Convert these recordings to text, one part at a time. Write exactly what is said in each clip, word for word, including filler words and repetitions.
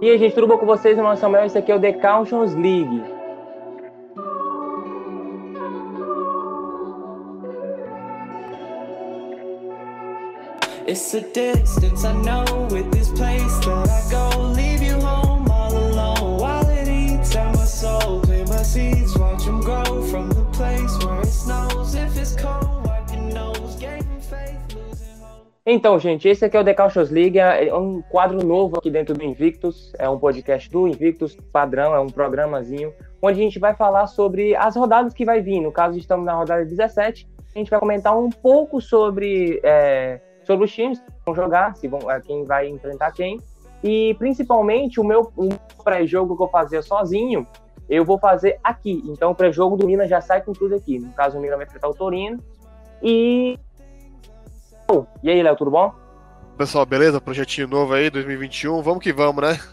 E aí, gente, tudo bom com vocês? Meu nome é Samuel, esse aqui é o The Cautions League. It's a distance I know with this place that I go, leave you home all alone while it eats at my soul. Plant my seeds, watch them grow from the place where it snows. If it's cold, wipe your nose, gaining faith, losing hope. Então, gente, esse aqui é o The Cautions League, é um quadro novo aqui dentro do Invictus, é um podcast do Invictus padrão, é um programazinho, onde a gente vai falar sobre as rodadas que vai vir. No caso, estamos na rodada dezessete, a gente vai comentar um pouco sobre... É, sobre os times que vão jogar, se vão, quem vai enfrentar quem, e principalmente o meu, o pré-jogo que eu fazia sozinho, eu vou fazer aqui. Então o pré-jogo do Milan já sai com tudo aqui. No caso, o Milan vai enfrentar o Torino. E... Oh, e aí, Léo, tudo bom? Pessoal, beleza? Projetinho novo aí, dois mil e vinte e um, vamos que vamos, né?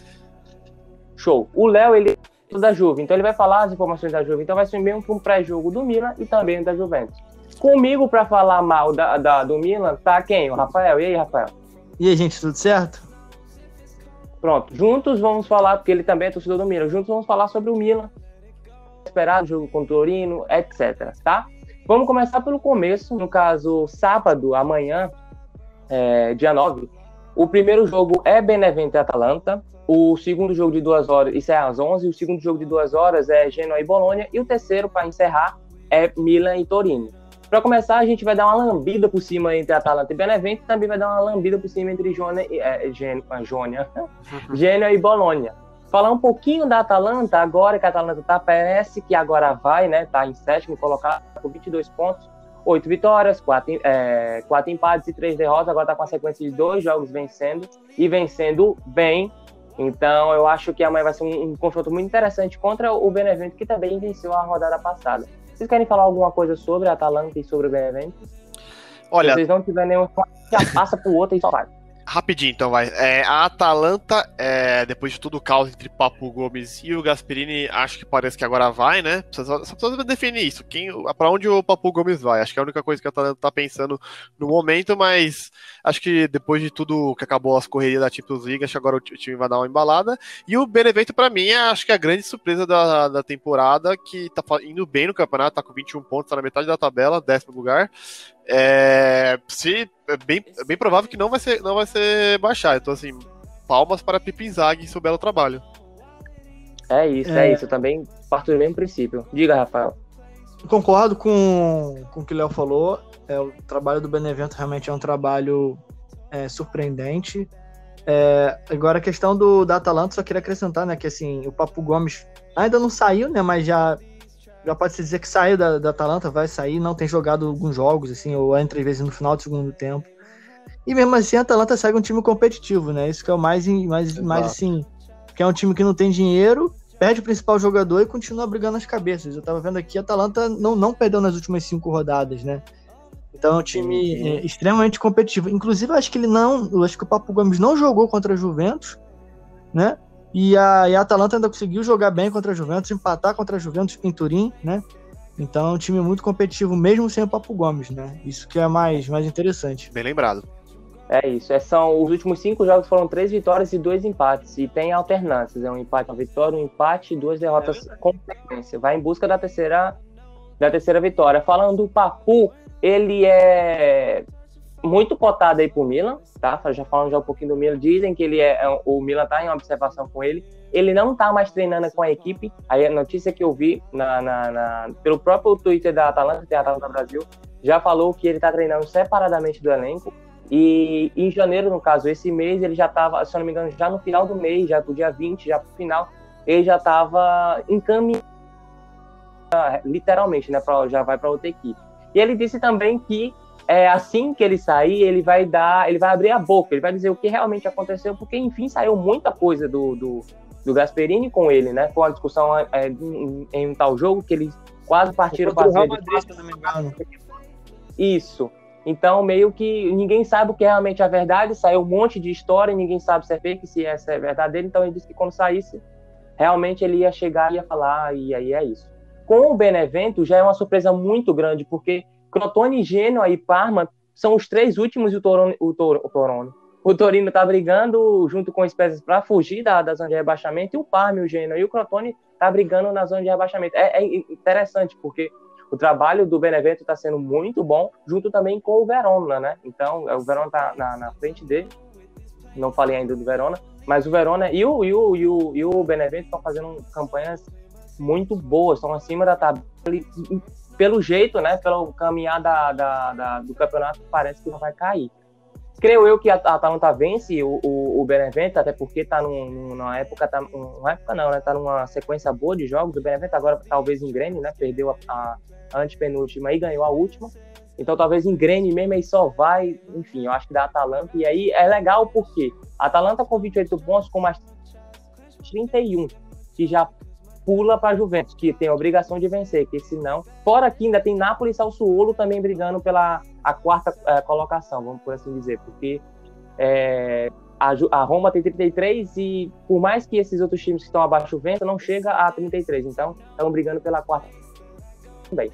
Show. O Léo, ele é da Juve, então ele vai falar as informações da Juve, então vai ser mesmo um pré-jogo do Milan e também da Juventus. Comigo, para falar mal da, da, do Milan, tá quem? O Rafael. E aí, Rafael? E aí, gente, tudo certo? Pronto. Juntos vamos falar, porque ele também é torcedor do Milan, juntos vamos falar sobre o Milan, esperar o jogo contra o Torino, etcétera. Tá? Vamos começar pelo começo. No caso, sábado, amanhã, é, dia nove, o primeiro jogo é Benevento e Atalanta. O segundo jogo de duas horas, isso é às onze, o segundo jogo de duas horas é Genoa e Bolonha. E o terceiro, para encerrar, é Milan e Torino. Para começar, a gente vai dar uma lambida por cima entre Atalanta e Benevento, e também vai dar uma lambida por cima entre Jônia e, é, Jônia, Genoa e Bolonha. Falar um pouquinho da Atalanta, agora que a Atalanta tá, parece que agora vai, né? Tá em sétimo colocado com vinte e dois pontos, oito vitórias, quatro, é, quatro empates e três derrotas, agora tá com a sequência de dois jogos vencendo, e vencendo bem. Então, eu acho que amanhã vai ser um, um confronto muito interessante contra o Benevento, que também venceu a rodada passada. Vocês querem falar alguma coisa sobre a Atalanta e sobre o Benevento? Olha, se vocês não tiverem nenhum, já passa pro outro e só vai. Rapidinho, então vai. É, a Atalanta, é, depois de todo o caos entre Papu Gomes e o Gasperini, acho que parece que agora vai, né? Só, só precisa definir isso. Quem, pra onde o Papu Gomes vai? Acho que é a única coisa que a Atalanta tá pensando no momento, mas acho que depois de tudo que acabou as correrias da Champions League, acho que agora o time vai dar uma embalada. E o Benevento, pra mim, é, acho que é a grande surpresa da, da temporada, que tá indo bem no campeonato, tá com vinte e um pontos, tá na metade da tabela, décimo lugar. É, se, é, bem, é bem provável que não vai ser, não vai ser baixar. Então, assim, palmas para Pipo Inzaghi e seu belo trabalho. É isso, é, é isso. Eu também parto do mesmo princípio. Diga, Rafael. Concordo com, com o que o Léo falou. É, o trabalho do Benevento realmente é um trabalho é, surpreendente. É, agora, a questão do, da Atalanta, só queria acrescentar, né, que assim, o Papu Gomes ainda não saiu, né, mas já... Já pode-se dizer que saiu da, da Atalanta, vai sair, não tem jogado alguns jogos, assim, ou entra às vezes no final do segundo tempo. E mesmo assim a Atalanta segue um time competitivo, né? Isso que é o mais, mais, mais assim, que é um time que não tem dinheiro, perde o principal jogador e continua brigando as cabeças. Eu tava vendo aqui, a Atalanta não, não perdeu nas últimas cinco rodadas, né? Então é um time uhum. é, extremamente competitivo. Inclusive, eu acho que ele não, eu acho que o Papu Gomes não jogou contra a Juventus, né? E a, e a Atalanta ainda conseguiu jogar bem contra a Juventus, empatar contra a Juventus em Turim, né? Então é um time muito competitivo, mesmo sem o Papu Gomes, né? Isso que é mais, mais interessante. Bem lembrado. É isso. É, são, os últimos cinco jogos foram três vitórias e dois empates. E tem alternâncias. É um empate, uma vitória, um empate e duas derrotas é com sequência. Vai em busca da terceira, da terceira vitória. Falando do Papu, ele é... muito cotado aí pro Milan, tá? Já falando já um pouquinho do Milan, dizem que ele é, o Milan tá em observação com ele, ele não tá mais treinando com a equipe, aí a notícia que eu vi na, na, na, pelo próprio Twitter da Atalanta, tem a Atalanta Brasil, já falou que ele tá treinando separadamente do elenco, e em janeiro, no caso, esse mês, ele já tava, se eu não me engano, já no final do mês, já pro dia vinte, já pro final, ele já tava encaminhando, literalmente, né, pra, já vai pra outra equipe. E ele disse também que É, assim que ele sair, ele vai dar, ele vai abrir a boca, ele vai dizer o que realmente aconteceu, porque enfim saiu muita coisa do, do, do Gasperini com ele, né? Foi uma discussão é, em, em um tal jogo que eles quase partiram para isso. Então meio que ninguém sabe o que realmente é a verdade, saiu um monte de história, ninguém sabe se é fake, se essa é verdadeira. Então ele disse que quando saísse, realmente ele ia chegar e ia falar, e aí é isso. Com o Benevento já é uma surpresa muito grande, porque Crotone, Genoa e Parma são os três últimos e o Torino, o Tor, o Torino, O Torino tá brigando junto com o Spezia para fugir da, da zona de rebaixamento, e o Parma, o Genoa e o Crotone tá brigando na zona de rebaixamento. É, é interessante, porque o trabalho do Benevento está sendo muito bom, junto também com o Verona, né? Então, o Verona tá na, na frente dele. Não falei ainda do Verona, mas o Verona e o, e o, e o, e o Benevento estão fazendo campanhas muito boas, estão acima da tabela. E, pelo jeito, né? Pelo caminhar da, da, da, do campeonato, parece que não vai cair. Creio eu que a Atalanta vence o, o, o Benevento, até porque está numa época, tá, uma época não, né? Tá numa sequência boa de jogos. O Benevento agora talvez engrene, né? Perdeu a, a, a antepenúltima e ganhou a última. Então talvez engrene mesmo, aí só vai, enfim, eu acho que da Atalanta. E aí é legal porque a Atalanta com vinte e oito pontos, com mais trinta e um, que já pula para a Juventus, que tem a obrigação de vencer, que senão, fora que ainda tem Napoli e Sassuolo também brigando pela a quarta é, colocação, vamos por assim dizer, porque é, a, a Roma tem trinta e três e por mais que esses outros times que estão abaixo do Juventus não chega a trinta e três, então estão brigando pela quarta também.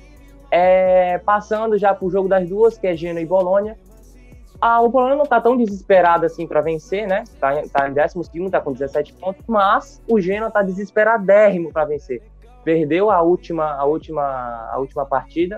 É, passando já para o jogo das duas, que é Genoa e Bolonha. Ah, o Bolonha não está tão desesperado assim para vencer, né? Está tá em décimo segundo, está com dezessete pontos, mas o Genoa está desesperadérrimo para vencer. Perdeu a última, a última, a última partida,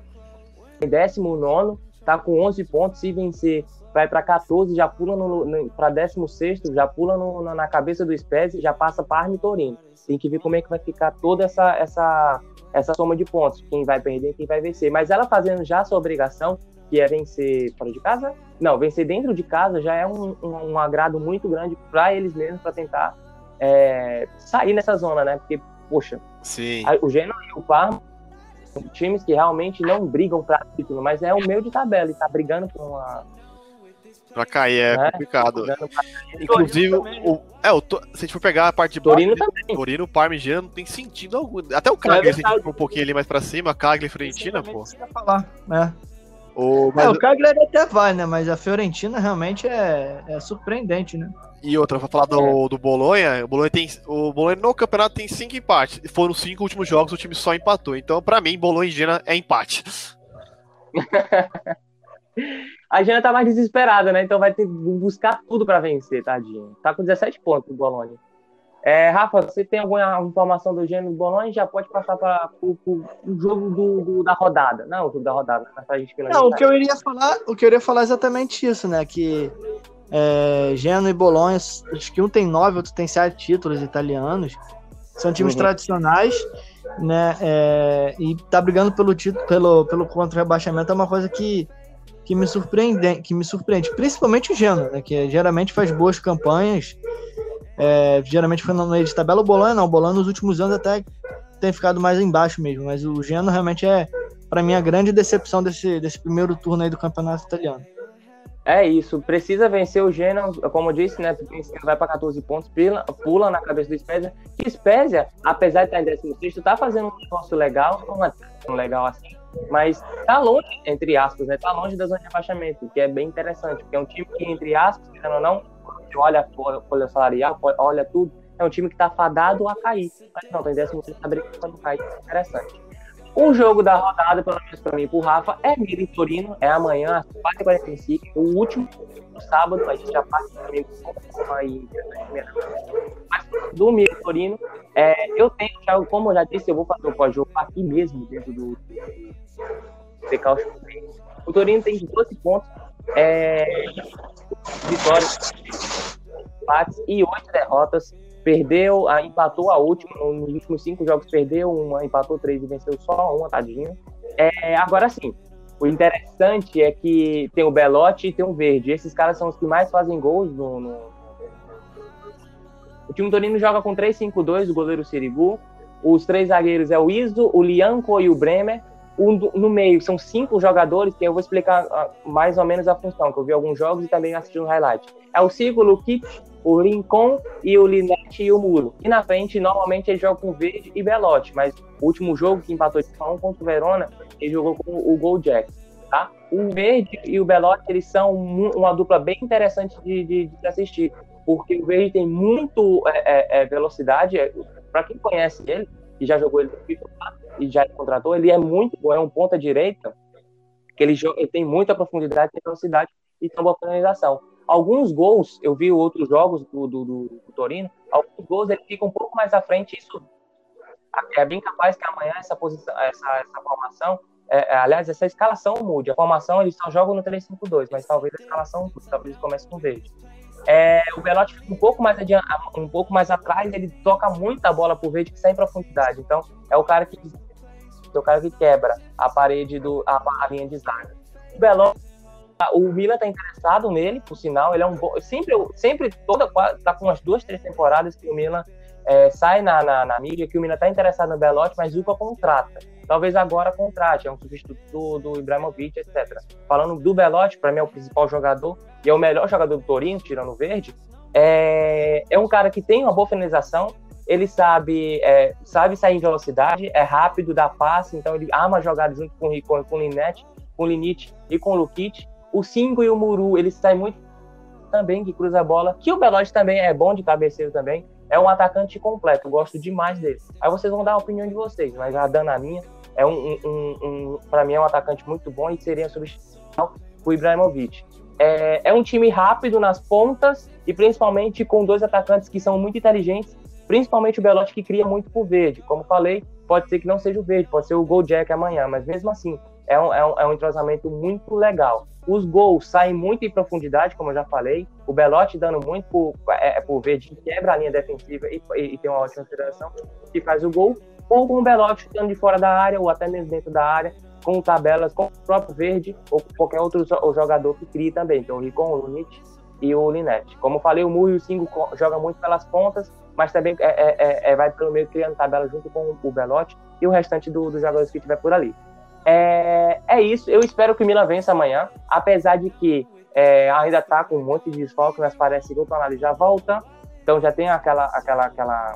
em décimo nono, está com onze pontos. Se vencer, vai para quatorze, já pula para décimo sexto, já pula no, na cabeça do Spezia, já passa Parma e Torino. Tem que ver como é que vai ficar toda essa, essa, essa soma de pontos, quem vai perder e quem vai vencer. Mas ela fazendo já a sua obrigação, que é vencer fora de casa, não, vencer dentro de casa já é um, um, um agrado muito grande para eles mesmos, para tentar é, sair nessa zona, né? Porque, poxa, Sim. A, o Genoa e o Parma são times que realmente não brigam para título, mas é o meio de tabela e tá brigando por uma... Pra cair é né? complicado. Pra... Inclusive, o, é, o, se a gente for pegar a parte de Torino baixo, também. Torino, Parma e Genoa não tem sentido algum. Até o Cagliari, é se a gente for um pouquinho ali mais pra cima, Cagliari e Fiorentina, pô. Falar, né? O, mas... é, o Cagliari até vai, né? Mas a Fiorentina realmente é, é surpreendente, né? E outra, vou falar do, do Bolonha. O Bolonha tem, o Bolonha no campeonato tem cinco empates. Foram os cinco últimos jogos, o time só empatou. Então, pra mim, Bolonha e Genoa é empate. A Genoa tá mais desesperada, né? Então vai ter que buscar tudo pra vencer, tadinho. Tá com dezessete pontos o Bolonha. É, Rafa, você tem alguma informação do Genoa do Bolonha? Já pode passar para o jogo do, do, da rodada. Não, o jogo da rodada. Pra gente Não, o que eu iria falar, o que eu iria falar é exatamente isso, né? Que é, Genoa e Bolonha, acho que um tem nove, outro tem sete títulos italianos. São times uhum. tradicionais, né? É, e tá brigando pelo título, pelo, pelo contra-rebaixamento é uma coisa que, que, me surpreende, que me surpreende. Principalmente o Genoa, né? Que geralmente faz boas campanhas. É, geralmente foi no meio de tabela. O Bolonha não, o Bolonha nos últimos anos até tem ficado mais embaixo mesmo, mas o Genoa realmente é, para mim, a grande decepção desse, desse primeiro turno aí do campeonato italiano. É isso, precisa vencer o Genoa, como eu disse, né? Vai para quatorze pontos, pula, pula na cabeça do Spezia. Que Spezia, apesar de estar em décimo sexto, tá fazendo um negócio legal, não é tão legal assim, mas tá longe, entre aspas, né? Tá longe da zona de rebaixamento, que é bem interessante, porque é um time que, entre aspas, ou não, olha a folha salarial, olha tudo, é um time que tá fadado a cair. Mas não, tem décimo sexto, tá brigando pra não cair, é interessante. O jogo da rodada, pelo menos para mim e pro Rafa, é Milan e Torino, é amanhã, às quatro e quarenta e cinco, o último no sábado, a gente já passa também aí, mas do Milan e Torino, é, eu tenho, já, como eu já disse, eu vou fazer o pós-jogo aqui mesmo, dentro do C K. O Torino tem doze pontos, é, vitórias, empates e oito derrotas. Perdeu, a, empatou a última, nos últimos cinco jogos perdeu uma, empatou três e venceu só uma, tadinho. É, agora sim, o interessante é que tem o Belotti e tem o Verde. Esses caras são os que mais fazem gols no... no... O time Torino joga com três cinco dois, o goleiro Sirigu. Os três zagueiros é o Iso, o Lianco e o Bremer. O, no meio são cinco jogadores, que eu vou explicar uh, mais ou menos a função, que eu vi alguns jogos e também assisti um highlight. É o Sigo, o Kip, o Rincon e o Linete e o Muro. E na frente, normalmente, ele joga com Verde e Belotti, mas o último jogo que empatou de um contra o Verona, ele jogou com o Goldjack, tá? O Verde e o Belotti, eles são uma dupla bem interessante de, de, de assistir, porque o Verde tem muito é, é, velocidade, é, para quem conhece ele, que já jogou ele no FIFA e já contratou, ele é muito bom, é um ponta direita, que ele, joga, ele tem muita profundidade, tem velocidade e tem boa finalização. Alguns gols, eu vi outros jogos do, do, do, do Torino, alguns gols ele fica um pouco mais à frente, isso é bem capaz que amanhã essa posição, essa, essa formação, é, é, aliás, essa escalação mude. A formação eles só jogam no três cinco dois, mas talvez a escalação mude, talvez comece com verde. É, o Belotti fica um pouco mais adiante, um pouco mais atrás, ele toca muita bola pro verde sem profundidade. Então, é o cara que é o cara que quebra a parede do a, a linha de zaga. O Belotti, o Milan tá interessado nele, por sinal, ele é um bom, sempre sempre toda tá com umas duas, três temporadas que o Milan é, sai na, na, na mídia que o Milan tá interessado no Belotti, mas nunca contrata. Talvez agora contrate, é um substituto do, do Ibrahimovic, etcétera. Falando do Belotti, para mim é o principal jogador e é o melhor jogador do Torino, tirando o verde. É, é um cara que tem uma boa finalização, ele sabe, é, sabe sair em velocidade, é rápido, dá passe, então ele arma a jogada junto com, com, com o Linette, com o Linite e com o Lukic. O Singo e o Muru, ele sai muito também, que cruza a bola, que o Belotti também é bom de cabeceiro também, é um atacante completo, eu gosto demais dele. Aí vocês vão dar a opinião de vocês, mas já dando a minha, é um, um, um, um para mim é um atacante muito bom e seria substituição o Ibrahimovic. É, é um time rápido nas pontas e principalmente com dois atacantes que são muito inteligentes, principalmente o Belotti que cria muito pro verde. Como falei, pode ser que não seja o verde, pode ser o Goldjack amanhã, mas mesmo assim, é um, é um, é um entrosamento muito legal. Os gols saem muito em profundidade, como eu já falei, o Belotti dando muito por, é, por verde, que quebra a linha defensiva e, e, e tem uma ótima aceleração, que faz o gol, ou com o Belotti ficando de fora da área, ou até mesmo dentro da área, com tabelas, com o próprio verde, ou qualquer outro jogador que crie também, então o Ricon, o Lunit e o Linette. Como eu falei, o Mu e o Singo jogam muito pelas pontas, mas também é, é, é, vai pelo meio criando tabela junto com o Belotti e o restante do, dos jogadores que tiver por ali. É, é isso, eu espero que o Milan vença amanhã, apesar de que é, ainda está com um monte de desfalque, mas parece que o Tonali já volta, então já tem aquela, aquela, aquela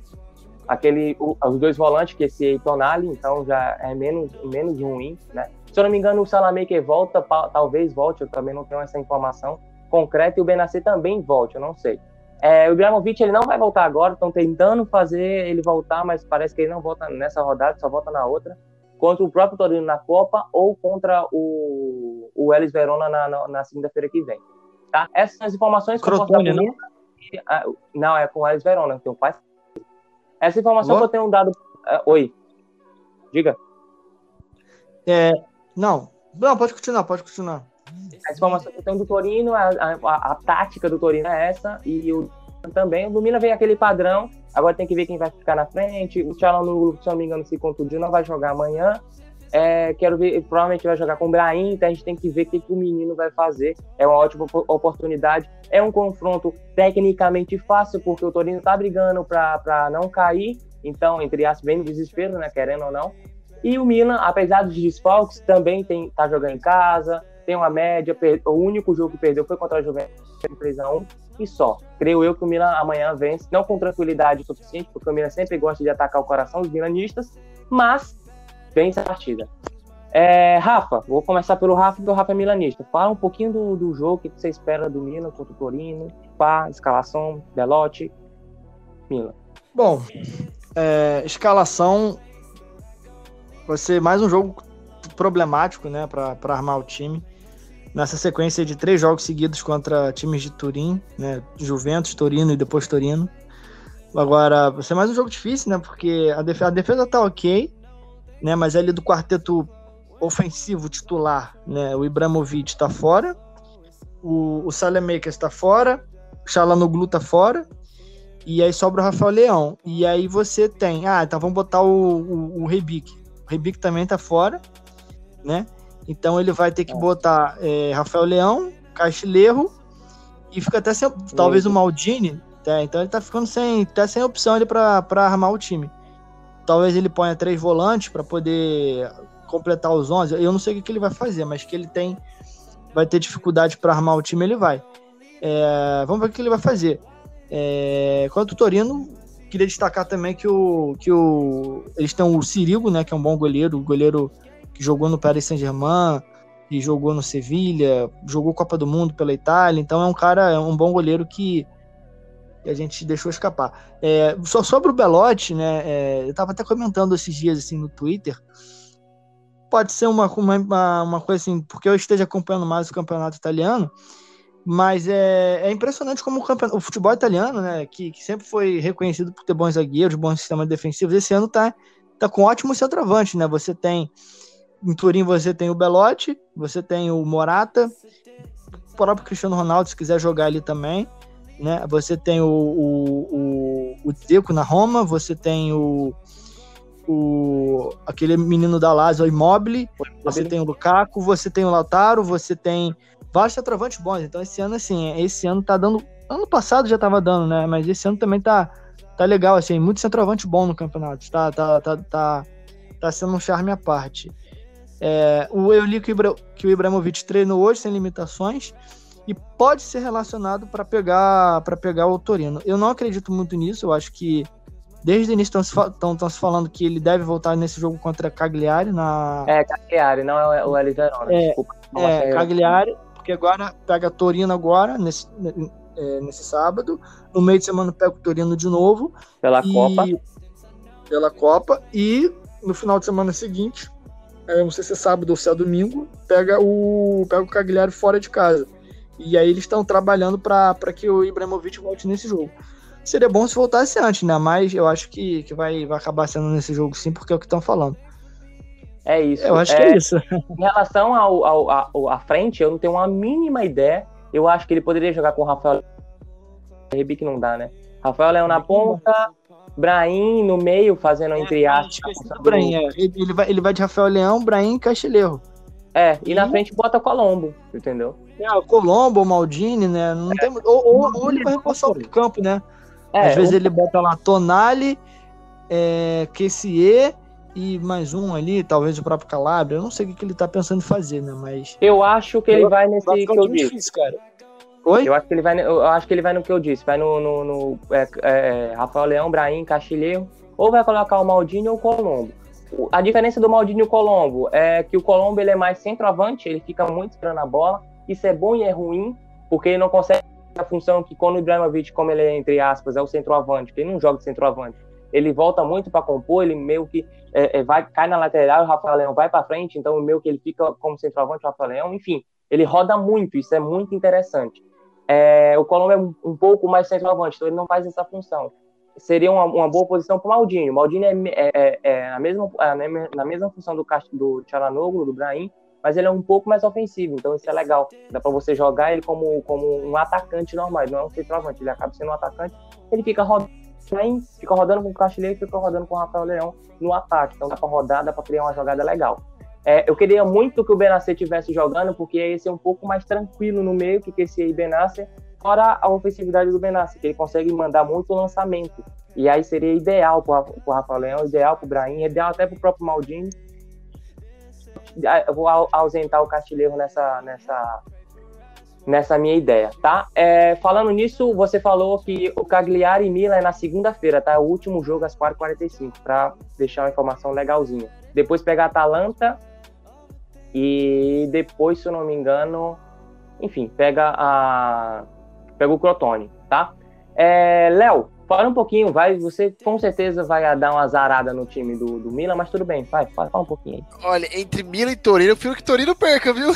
aquele, o, os dois volantes, que esse Tonali, então já é menos, menos ruim, né? Se eu não me engano, o Salamé volta, pa, talvez volte, eu também não tenho essa informação concreta, e o Benassi também volte, eu não sei. É, o Ibrahimovic ele não vai voltar agora, estão tentando fazer ele voltar, mas parece que ele não volta nessa rodada, só volta na outra, contra o próprio Torino na Copa ou contra o, o Hellas Verona na, na, na segunda-feira que vem. Tá? Essas são as informações que Crotone, eu posso dar por mim. Não, é com o Hellas Verona, que o pai. Essa informação Boa. que eu tenho dado. Uh, oi. Diga. É, não. Não, pode continuar, pode continuar. Essa informação que eu tenho do Torino, a, a, a, a tática do Torino é essa, e o também. O Milan vem aquele padrão, agora tem que ver quem vai ficar na frente. O Çalhanoğlu, se não me engano, se contundiu, não vai jogar amanhã. É, quero ver, provavelmente vai jogar com o Brahim, então a gente tem que ver o que, que o menino vai fazer. É uma ótima oportunidade. É um confronto tecnicamente fácil, porque o Torino tá brigando para não cair, então, entre aspas, bem no desespero, né, querendo ou não. E o Milan, apesar dos desfalques, também tem, tá jogando em casa, tem uma média, o único jogo que perdeu foi contra a Juventus, três a um, e só. Creio eu que o Milan amanhã vence, não com tranquilidade o suficiente, porque o Milan sempre gosta de atacar o coração dos milanistas, mas vence a partida. É, Rafa, vou começar pelo Rafa, porque o Rafa é milanista. Fala um pouquinho do, do jogo, o que você espera do Milan contra o Torino, pá, escalação, Belotti, Milan. Bom, é, escalação vai ser mais um jogo problemático, né, para armar o time. Nessa sequência de três jogos seguidos contra times de Turim, né, Juventus, Torino e depois Torino. Agora, vai ser mais um jogo difícil, né, porque a defesa, a defesa tá ok, né, mas ali do quarteto ofensivo titular, né, o Ibrahimovic tá fora, o, o Saelemaekers tá fora, o Çalhanoğlu tá fora, e aí sobra o Rafael Leão. E aí você tem, ah, então vamos botar o, o, o Rebic. O Rebic também tá fora, né? Então ele vai ter que botar é, Rafael Leão, Castilheiro e fica até sem, talvez o Maldini, tá? Então ele tá ficando sem, até sem opção ali para armar o time. Talvez ele ponha três volantes para poder completar os onze. Eu não sei o que, que ele vai fazer, mas que ele tem, vai ter dificuldade para armar o time, ele vai. É, vamos ver o que ele vai fazer. É, quanto o Torino, queria destacar também que, o, que o, eles têm o Sirigu, né, que é um bom goleiro, o goleiro que jogou no Paris Saint-Germain, que jogou no Sevilha, jogou Copa do Mundo pela Itália, então é um cara, é um bom goleiro que, que a gente deixou escapar. É, só sobre o Belotti, né, é, eu estava até comentando esses dias assim, no Twitter, pode ser uma, uma, uma coisa assim, porque eu esteja acompanhando mais o campeonato italiano, Mas é, é impressionante como o, campeon... o futebol italiano, né, que, que sempre foi reconhecido por ter bons zagueiros, bons sistemas defensivos, esse ano tá, tá com ótimos centroavantes, né? Você tem, em Turim você tem o Belotti, você tem o Morata, o próprio Cristiano Ronaldo, se quiser jogar ali também, né? Você tem o, o, o, o Dzeko na Roma, você tem o, o aquele menino da Lazio, o Immobile, você tem o Lukaku, você tem o Lautaro, você tem vários centroavantes bons. Então esse ano, assim, esse ano tá dando, ano passado já tava dando, né? Mas esse ano também tá, tá legal, assim, muito centroavante bom no campeonato, tá, tá, tá, tá, tá sendo um charme à parte. É, o eu li que o, Ibra, que o Ibrahimovic treinou hoje sem limitações e pode ser relacionado para pegar para pegar o Torino. Eu não acredito muito nisso, eu acho que desde o início estão se falando que ele deve voltar nesse jogo contra Cagliari na... É, Cagliari, não é o Elis Verona, é, desculpa. É, Cagliari, porque agora pega Torino agora, nesse, é, nesse sábado, no meio de semana pega o Torino de novo. Pela e, Copa. Pela Copa, e no final de semana seguinte, é, não sei se é sábado ou se é domingo, pega o, pega o Cagliari fora de casa. E aí eles estão trabalhando para que o Ibrahimovic volte nesse jogo. Seria bom se voltasse antes, né? Mas eu acho que, que vai, vai acabar sendo nesse jogo sim, porque é o que estão falando. É isso. Eu acho é, que é isso. Em relação ao, ao, ao, à frente, eu não tenho uma mínima ideia. Eu acho que ele poderia jogar com o Rafael. Rebi que não dá, né? Rafael Leão na ponta, Brahim no meio, fazendo é, entre aspas. Do Brahim, é. ele, vai, ele vai de Rafael Leão, Brahim e Castilheiro. É, e, e na frente bota Colombo, entendeu? É, o Colombo, o Maldini, né? Não é. tem, ou, ou, ou ele vai reforçar o campo, né? É, Às vezes um... ele bota lá Tonali, é, Kessié e mais um ali, talvez o próprio Calabria. Eu não sei o que ele tá pensando em fazer, né? Mas. Eu acho que ele eu, vai nesse vai que eu disse. Difícil, cara. Oi? Eu acho que ele vai, eu acho que ele vai no que eu disse. Vai no, no, no é, é, Rafael Leão, Brahim, Castilheiro, ou vai colocar o Maldini ou o Colombo. A diferença do Maldini e o Colombo é que o Colombo ele é mais centroavante, ele fica muito esperando a bola. Isso é bom e é ruim, porque ele não consegue a função que quando o Ibrahimovic, como ele é, entre aspas, é o centroavante, que ele não joga de centroavante, ele volta muito para compor, ele meio que é, é, vai, cai na lateral, o Rafael Leão vai para frente, então meio que ele fica como centroavante, o Rafael Leão, enfim, ele roda muito, isso é muito interessante. É, o Colombo é um, um pouco mais centroavante, então ele não faz essa função. Seria uma, uma boa posição para o Maldini. O Maldini é, é, é na, mesma, é na mesma função do, do Çalhanoğlu, do Brahim, mas ele é um pouco mais ofensivo, então isso é legal. Dá para você jogar ele como, como um atacante normal, ele não é um centroavante, ele acaba sendo um atacante, ele fica rodando, fica rodando com o Castilheiro e fica rodando com o Rafael Leão no ataque, então dá para rodar, dá para criar uma jogada legal. É, eu queria muito que o Benasser estivesse jogando, porque ia ser um pouco mais tranquilo no meio que esse aí Benasser, fora a ofensividade do Benasser, que ele consegue mandar muito lançamento, e aí seria ideal para o Rafael Leão, ideal para o Brahim, ideal até para o próprio Maldini. Eu vou ausentar o Castilheiro nessa, nessa, nessa minha ideia, tá? É, falando nisso, você falou que o Cagliari e Milan é na segunda-feira, tá? O último jogo às quatro e quarenta e cinco, para deixar uma informação legalzinha. Depois pega a Atalanta e depois, se eu não me engano, enfim, pega a pega o Crotone, tá? É, Léo, fala um pouquinho, vai, você com certeza vai dar uma azarada no time do, do Milan, mas tudo bem, vai, fala, fala um pouquinho aí. Olha, entre Milan e Torino, eu prefiro que Torino perca, viu?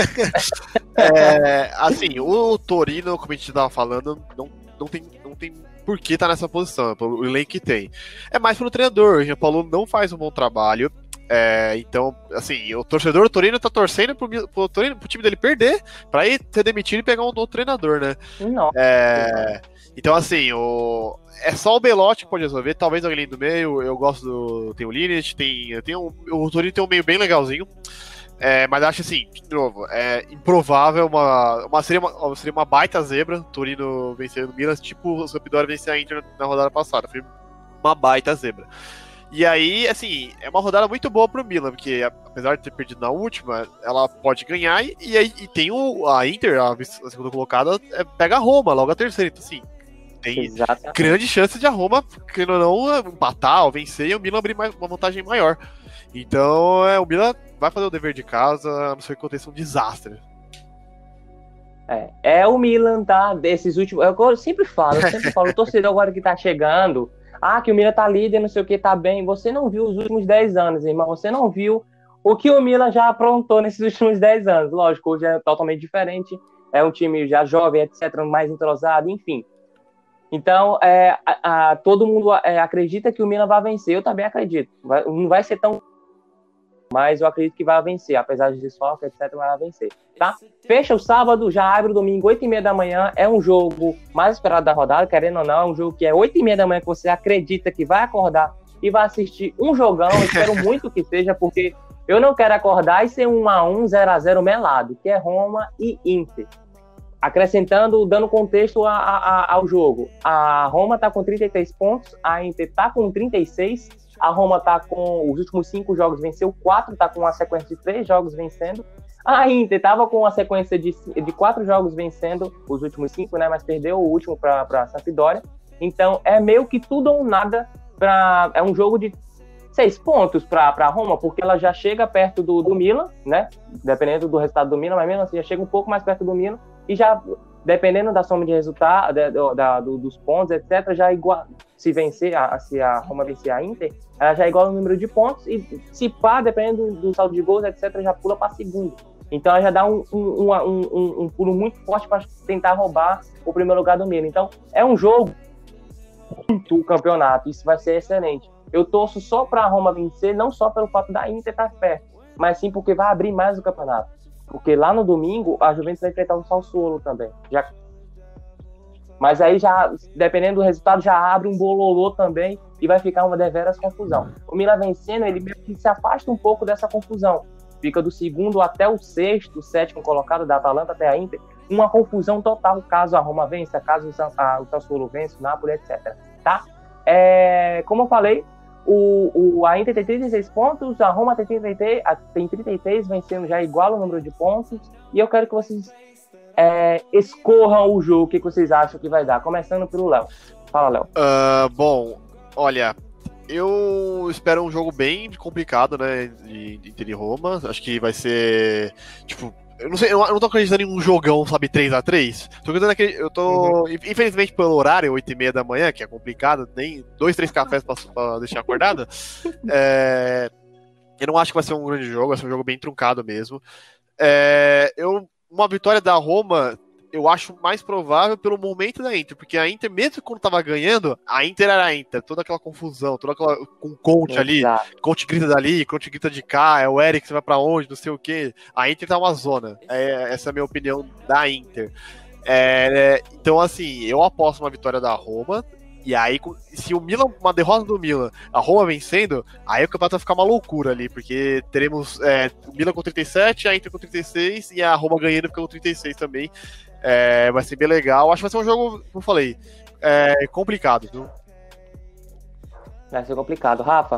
é, assim, o Torino, como a gente estava falando, não, não, tem, não tem por que tá nessa posição, pelo elenco que tem. É mais pelo treinador, o Jean Paulo não faz um bom trabalho. É, então, assim, o torcedor do Torino tá torcendo pro, pro, Torino, pro time dele perder pra ir ser demitido e pegar um outro treinador, né? Não. É, então, assim, o, é só o Belotti que pode resolver, talvez alguém do meio. Eu gosto do. Tem o Lineage, tem, tem um, o Torino tem um meio bem legalzinho. É, mas acho assim, de novo, é improvável, uma, uma, seria, uma, seria uma baita zebra, Torino vencendo o Milan, tipo o Sampdoria vencer a Inter na rodada passada. Foi uma baita zebra. E aí, assim, é uma rodada muito boa pro Milan, porque apesar de ter perdido na última, ela pode ganhar, e, e aí e tem o, a Inter, a, a segunda colocada, é, pega a Roma, logo a terceira, então assim, tem Exatamente. grande chance de a Roma, querendo ou não, empatar ou vencer, e o Milan abrir mais, uma vantagem maior. Então, é, o Milan vai fazer o dever de casa, a não ser que aconteça um desastre. É, é o Milan, tá? Desses últimos. Eu sempre falo, eu sempre falo, o torcedor agora que tá chegando. Ah, que o Milan tá líder, não sei o que, tá bem. Você não viu os últimos dez anos, irmão. Você não viu o que o Milan já aprontou nesses últimos dez anos. Lógico, hoje é totalmente diferente. é um time já jovem, etcétera, mais entrosado, enfim. Então, é, a, a, todo mundo é, acredita que o Milan vai vencer, eu também acredito. Vai, não vai ser tão... Mas eu acredito que vai vencer, apesar de desfalque, etcétera, vai vencer, tá? Fecha o sábado, já abre o domingo, oito e meia da manhã, é um jogo mais esperado da rodada, querendo ou não, é um jogo que é oito e meia da manhã que você acredita que vai acordar e vai assistir um jogão, eu espero muito que seja, porque eu não quero acordar e ser um a um, zero a zero melado, que é Roma e Inter. Acrescentando, dando contexto a, a, ao jogo, a Roma está com trinta e três pontos, a Inter está com trinta e seis, a Roma está com os últimos cinco jogos, venceu quatro, está com uma sequência de três jogos vencendo. A Inter estava com uma sequência de, de quatro jogos vencendo, os últimos cinco, né, mas perdeu o último para a Sampdoria. Então é meio que tudo ou nada, pra, é um jogo de seis pontos para a Roma, porque ela já chega perto do, do Milan, né? Dependendo do resultado do Milan, mas mesmo assim já chega um pouco mais perto do Milan, e já, dependendo da soma de resultado, da, da, do, dos pontos, etcétera, já igual, se vencer, a, se a Roma vencer a Inter, ela já é igual o número de pontos, e se pá, dependendo do, do saldo de gols, etcétera, já pula para segundo. Então ela já dá um, um, um, um, um pulo muito forte para tentar roubar o primeiro lugar do Milan. Então é um jogo muito campeonato, isso vai ser excelente. Eu torço só para a Roma vencer, não só pelo fato da Inter estar perto, mas sim porque vai abrir mais o campeonato. Porque lá no domingo, a Juventus vai enfrentar o Sassuolo também. Já... Mas aí, já, dependendo do resultado, já abre um bololô também e vai ficar uma deveras confusão. O Milan vencendo, ele meio que se afasta um pouco dessa confusão. Fica do segundo até o sexto, sétimo colocado, da Atalanta até a Inter, uma confusão total, caso a Roma vença, caso o Sassuolo vença, o Napoli, etcétera. Tá? É, como eu falei, O, o, a Inter tem trinta e seis pontos, a Roma tem trinta e três, tem trinta e três, vencendo já igual o número de pontos. E eu quero que vocês é, escorram o jogo, o que, que vocês acham que vai dar. Começando pelo Léo. Fala, Léo. Uh, bom, olha, eu espero um jogo bem complicado, né, de Inter e Roma. Acho que vai ser, tipo... Eu não sei, eu não tô acreditando em um jogão, sabe, três a três. Tô acreditando que eu tô, uhum. Infelizmente pelo horário, oito e meia da manhã, que é complicado, nem dois, três cafés pra, pra deixar acordado. É, eu não acho que vai ser um grande jogo, vai ser um jogo bem truncado mesmo. É, eu, uma vitória da Roma, eu acho mais provável pelo momento da Inter, porque a Inter, mesmo quando tava ganhando, a Inter era a Inter, toda aquela confusão, toda aquela, com o Conte ali, Conte grita dali, Conte grita de cá, é o Eric, você vai pra onde, não sei o que, a Inter tá uma zona, é, essa é a minha opinião da Inter. É, então assim, eu aposto uma vitória da Roma, e aí, se o Milan, uma derrota do Milan, a Roma vencendo, aí o campeonato vai ficar uma loucura ali, porque teremos é, o Milan com trinta e sete, a Inter com trinta e seis, e a Roma ganhando fica com trinta e seis também. É, vai ser bem legal. Acho que vai ser um jogo, como eu falei, é, complicado, viu? Vai ser complicado. Rafa?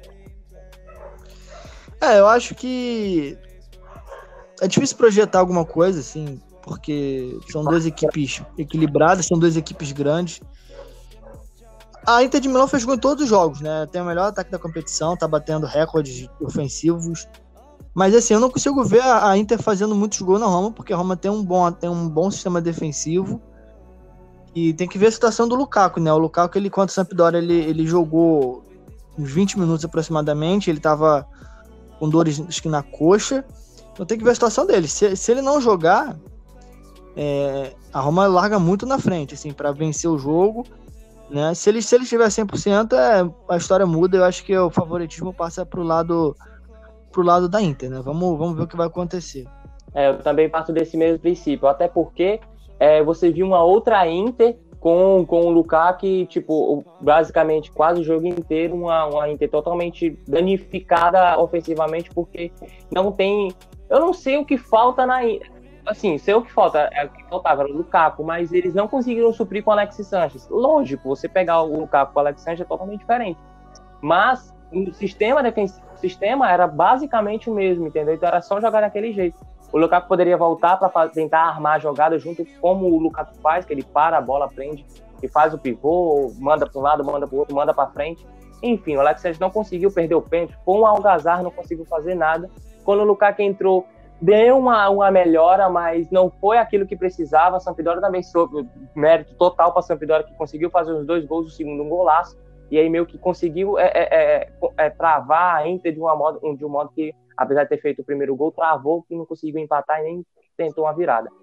É, eu acho que é difícil projetar alguma coisa, assim, porque são duas equipes equilibradas, são duas equipes grandes. A Inter de Milão fez gol em todos os jogos, né? Tem o melhor ataque da competição, tá batendo recordes ofensivos. Mas assim, eu não consigo ver a Inter fazendo muitos gols na Roma, porque a Roma tem um bom, tem um bom sistema defensivo. E tem que ver a situação do Lukaku, né? O Lukaku, ele, contra o Sampdoria, ele, ele jogou uns vinte minutos aproximadamente, ele tava com dores acho que na coxa. Então tem que ver a situação dele. Se, se ele não jogar, é, a Roma larga muito na frente, assim, para vencer o jogo. Né? Se ele, se ele estiver cem por cento, é, a história muda. Eu acho que o favoritismo passa pro lado, pro lado da Inter, né? Vamos, vamos ver o que vai acontecer. É, eu também parto desse mesmo princípio, até porque é, você viu uma outra Inter com, com o Lukaku, tipo, basicamente quase o jogo inteiro, uma, uma Inter totalmente danificada ofensivamente, porque não tem... Eu não sei o que falta na Inter. Assim, sei o que falta, é o que faltava era o Lukaku, mas eles não conseguiram suprir com o Alexis Sanchez. Lógico, você pegar o Lukaku com o Alexis Sanchez é totalmente diferente. Mas o sistema defensivo, o sistema era basicamente o mesmo, entendeu? Então era só jogar daquele jeito. O Lukaku poderia voltar para tentar armar a jogada junto como o Lukaku faz, que ele para a bola, prende e faz o pivô, manda para um lado, manda para o outro, manda para frente. Enfim, o Alexis Sanchez não conseguiu perder o pênalti, com o Algazar não conseguiu fazer nada. Quando o Lukaku entrou, deu uma, uma melhora, mas não foi aquilo que precisava. A Sampdoria também soube mérito total para a Sampdoria, que conseguiu fazer os dois gols, o segundo um golaço, e aí meio que conseguiu é, é, é, é, travar a Inter de, uma modo, de um modo que, apesar de ter feito o primeiro gol, travou, que não conseguiu empatar e nem tentou uma virada.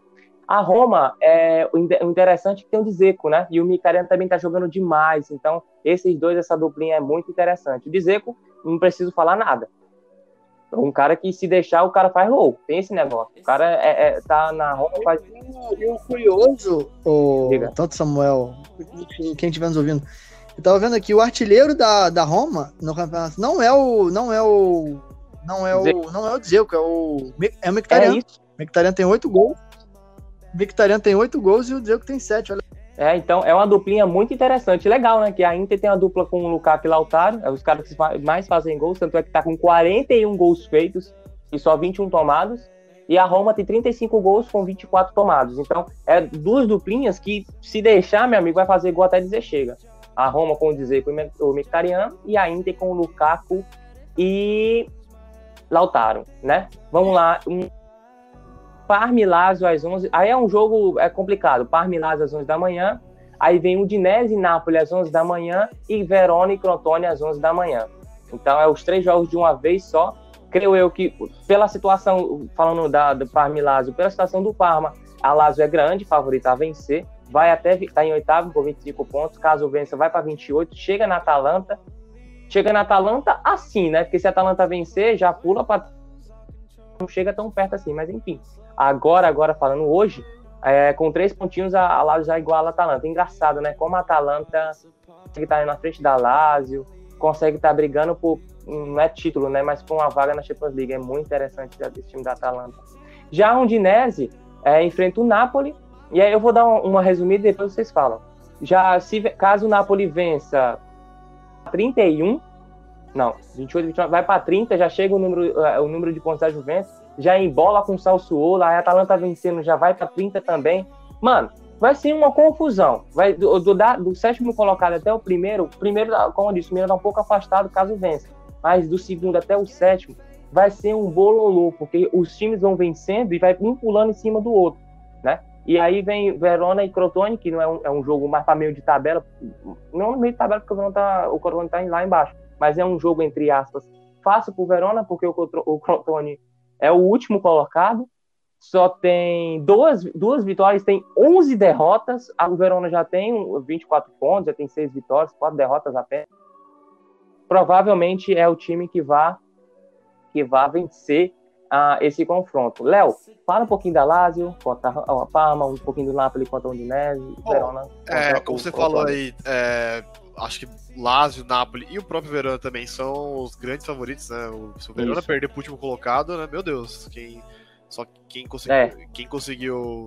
A Roma, é, o interessante é que tem o Dzeko, né? E o Mkhitaryan também tá jogando demais. Então, esses dois, essa duplinha é muito interessante. O Dzeko, não preciso falar nada. Um cara que, se deixar, o cara faz gol. Tem esse negócio. O cara é, é, tá na Roma faz... E o curioso, o tanto Samuel, quem estiver nos ouvindo, eu tava vendo aqui, o artilheiro da, da Roma no campeonato não é o não é o não é o não é o Dzeko, é o é o Mkhitaryan. O Mkhitaryan tem oito gols. O Mkhitaryan tem oito gols e o Dzeko tem sete. Olha. É, então é uma duplinha muito interessante, legal, né? Que a Inter tem uma dupla com o Lukaku e Lautaro, é os caras que mais fazem gols, tanto é que tá com quarenta e um gols feitos e só vinte e um tomados. E a Roma tem trinta e cinco gols com vinte e quatro tomados. Então, é duas duplinhas que, se deixar, meu amigo, vai fazer gol até dizer chega. A Roma com o Dzeko e o Mkhitaryan, e a Inter com o Lukaku e Lautaro, né? Vamos lá. Um... Parma e Lazio às onze. Aí é um jogo é complicado. Parma e Lazio às onze da manhã. Aí vem Udinese e Napoli às onze da manhã. E Verona e Crotone às onze da manhã. Então, é os três jogos de uma vez só. Creio eu que, pela situação, falando da, do Parma e Lazio, pela situação do Parma, a Lazio é grande, favorita a vencer, vai até estar tá em oitavo com vinte e cinco pontos, caso vença, vai para vinte e oito, chega na Atalanta, chega na Atalanta assim, né? Porque se a Atalanta vencer, já pula para... Não chega tão perto assim, mas enfim. Agora, agora falando hoje, é, com três pontinhos, a, a Lazio já iguala a Atalanta. Engraçado, né? Como a Atalanta consegue estar na frente da Lazio, consegue estar brigando por... não é título, né, mas com uma vaga na Champions League. É muito interessante esse time da Atalanta. Já a Udinese é, enfrenta o Napoli, e aí eu vou dar uma, uma resumida e depois vocês falam. Já, se, caso o Napoli vença trinta e um, não, vinte e oito, vinte e nove, vai para trinta, já chega o número, o número de pontos da Juventus, já embola com o Sassuolo, a Atalanta vencendo já vai para trinta também. Mano, vai ser uma confusão. Vai, do, do, do sétimo colocado até o primeiro, primeiro, como eu disse, o primeiro está um pouco afastado caso vença. Mas do segundo até o sétimo, vai ser um bololô, porque os times vão vencendo e vai um pulando em cima do outro, né? E aí vem Verona e Crotone, que não é um, é um jogo mais para meio de tabela, não no meio de tabela, porque o, Verona tá, o Crotone está lá embaixo, mas é um jogo, entre aspas, fácil para o Verona, porque o, o Crotone é o último colocado, só tem duas, duas vitórias, tem onze derrotas, o Verona já tem vinte e quatro pontos, já tem seis vitórias, quatro derrotas apenas. Provavelmente é o time que vai que vai vencer uh, esse confronto. Léo, fala um pouquinho da Lazio contra a Parma, um pouquinho do Napoli contra o Udinese, oh, Verona. É, como o, você o, falou o aí, é, acho que Lazio, Napoli e o próprio Verona também são os grandes favoritos, né? O, se o Verona Isso. perder pro último colocado, né? Meu Deus, quem, só quem conseguiu, é. quem conseguiu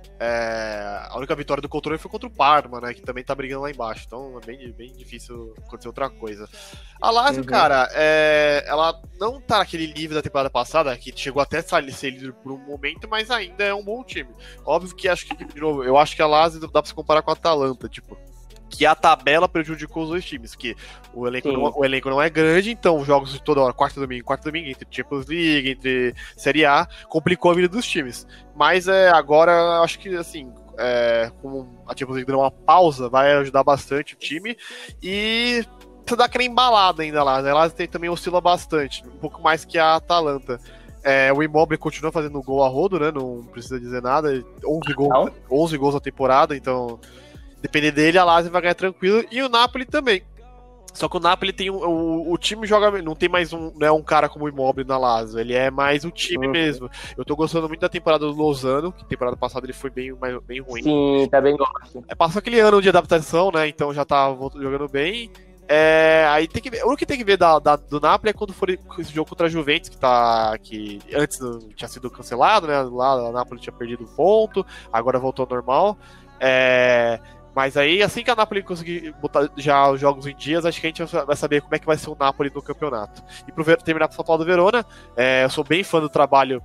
É, a única vitória do Crotone foi contra o Parma, né? Que também tá brigando lá embaixo. Então é bem, bem difícil acontecer outra coisa. A Lazio, uhum. cara, é, ela não tá naquele nível da temporada passada, que chegou até a ser líder por um momento, mas ainda é um bom time. Óbvio que acho que, de novo, eu acho que a Lazio dá pra se comparar com a Atalanta, tipo. Que a tabela prejudicou os dois times, que o elenco, não, o elenco não é grande, então jogos de toda hora, quarta domingo, quarta domingo, entre Champions League, entre Série A, complicou a vida dos times. Mas é, agora, acho que assim, é, com a Champions League dando uma pausa, vai ajudar bastante o time, e precisa dar aquela embalada ainda lá, né? Lá tem, também oscila bastante, um pouco mais que a Atalanta. É, o Immobile continua fazendo gol a rodo, né? Não precisa dizer nada, onze gols, onze gols na temporada, então... Depender dele, a Lazio vai ganhar tranquilo. E o Napoli também. Só que o Napoli tem um, o, o time joga. Não tem mais um, não é um cara como o Immobile na Lazio. Ele é mais o time uhum. mesmo. Eu tô gostando muito da temporada do Lozano, que temporada passada ele foi bem, bem ruim. Sim, tá bem gosto. É, passou aquele ano de adaptação, né? Então já tá jogando bem. É, aí tem que ver. O único que tem que ver da, da, do Napoli é quando for esse jogo contra a Juventus, que tá. Que antes tinha sido cancelado, né? Lá a Napoli tinha perdido um ponto, agora voltou ao normal. É. Mas aí, assim que a Napoli conseguir botar já os jogos em dias, acho que a gente vai saber como é que vai ser o Napoli no campeonato. E pro Ver- terminar com o falar do Verona, é, eu sou bem fã do trabalho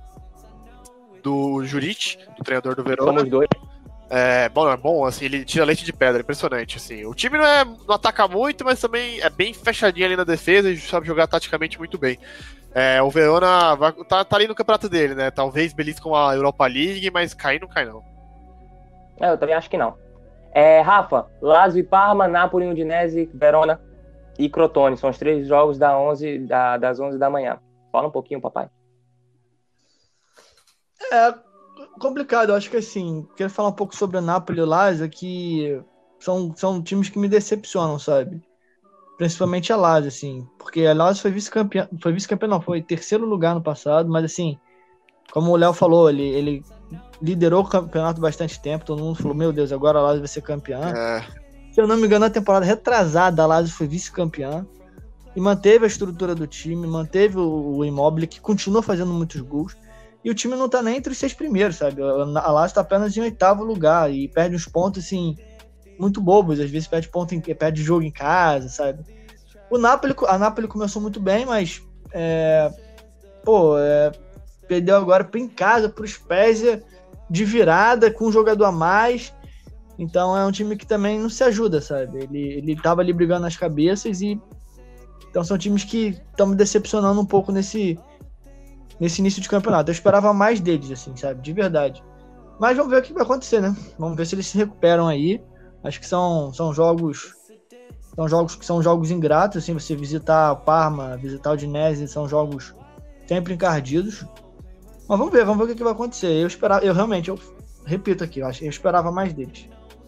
do Juric, do treinador do Verona. Somos dois. É bom, é bom, assim, ele tira leite de pedra, impressionante, assim. O time não, é, não ataca muito, mas também é bem fechadinho ali na defesa e sabe jogar taticamente muito bem. É, o Verona vai, tá, tá ali no campeonato dele, né? Talvez belisca com a Europa League, mas cair não cai não. É, eu também acho que não. É, Rafa, Lazio e Parma, Napoli, Udinese, Verona e Crotone. São os três jogos da onze, da, das onze da manhã. Fala um pouquinho, papai. É, complicado, eu acho que assim, quero falar um pouco sobre o Napoli e o Lazio, que são, são times que me decepcionam, sabe? Principalmente a Lazio, assim, porque a Lazio foi vice-campeão, foi vice-campeão não, foi terceiro lugar no passado, mas assim, como o Léo falou, ele, ele liderou o campeonato bastante tempo, todo mundo falou, meu Deus, agora a Lazio vai ser campeã. É. Se eu não me engano, na temporada retrasada, a Lazio foi vice-campeã e manteve a estrutura do time, manteve o, o Immobile, que continua fazendo muitos gols, e o time não tá nem entre os seis primeiros, sabe? A Lazio tá apenas em oitavo lugar e perde uns pontos, assim, muito bobos, às vezes perde ponto em, perde jogo em casa, sabe? O Napoli, a Napoli começou muito bem, mas é, pô, é, perdeu agora em casa pro Spezia de virada, com um jogador a mais. Então é um time que também não se ajuda, sabe? Ele, ele tava ali brigando nas cabeças e então são times que estão me decepcionando um pouco nesse, nesse início de campeonato. Eu esperava mais deles, assim, sabe? De verdade. Mas vamos ver o que vai acontecer, né? Vamos ver se eles se recuperam aí. Acho que são, são jogos são jogos que são jogos ingratos, assim, você visitar Parma, visitar o Udinese, são jogos sempre encardidos. Mas vamos ver, vamos ver o que vai acontecer. Eu esperava, eu realmente, eu repito aqui, eu, acho, eu esperava mais deles.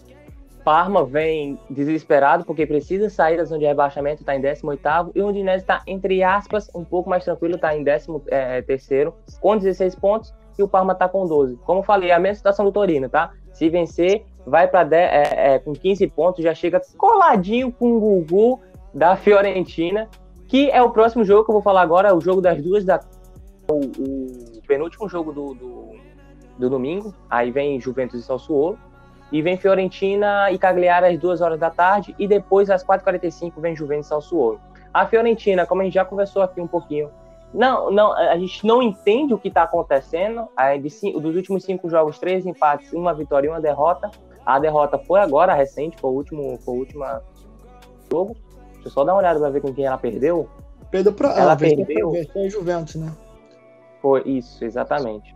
Parma vem desesperado porque precisa sair da zona de rebaixamento, está em décimo oitavo, e o Udinese está, entre aspas, um pouco mais tranquilo, está em décimo terceiro, com dezesseis pontos, e o Parma está com doze. Como eu falei, é a mesma situação do Torino, tá? Se vencer, vai para é, é, com quinze pontos, já chega coladinho com o Gugu da Fiorentina, que é o próximo jogo que eu vou falar agora, o jogo das duas da o, o penúltimo jogo do, do, do domingo. Aí vem Juventus e Sassuolo, e vem Fiorentina e Cagliari às duas horas da tarde, e depois às quatro e quarenta e cinco vem Juventus e Sassuolo. A Fiorentina, como a gente já conversou aqui um pouquinho, não, não, a gente não entende o que está acontecendo. Aí, de cinco, dos últimos cinco jogos, três empates, uma vitória e uma derrota. A derrota foi agora, recente, foi o último, foi o último jogo. Deixa eu só dar uma olhada para ver com quem ela perdeu. Perdeu para ela. Perdeu para Juventus, né? Foi isso, exatamente.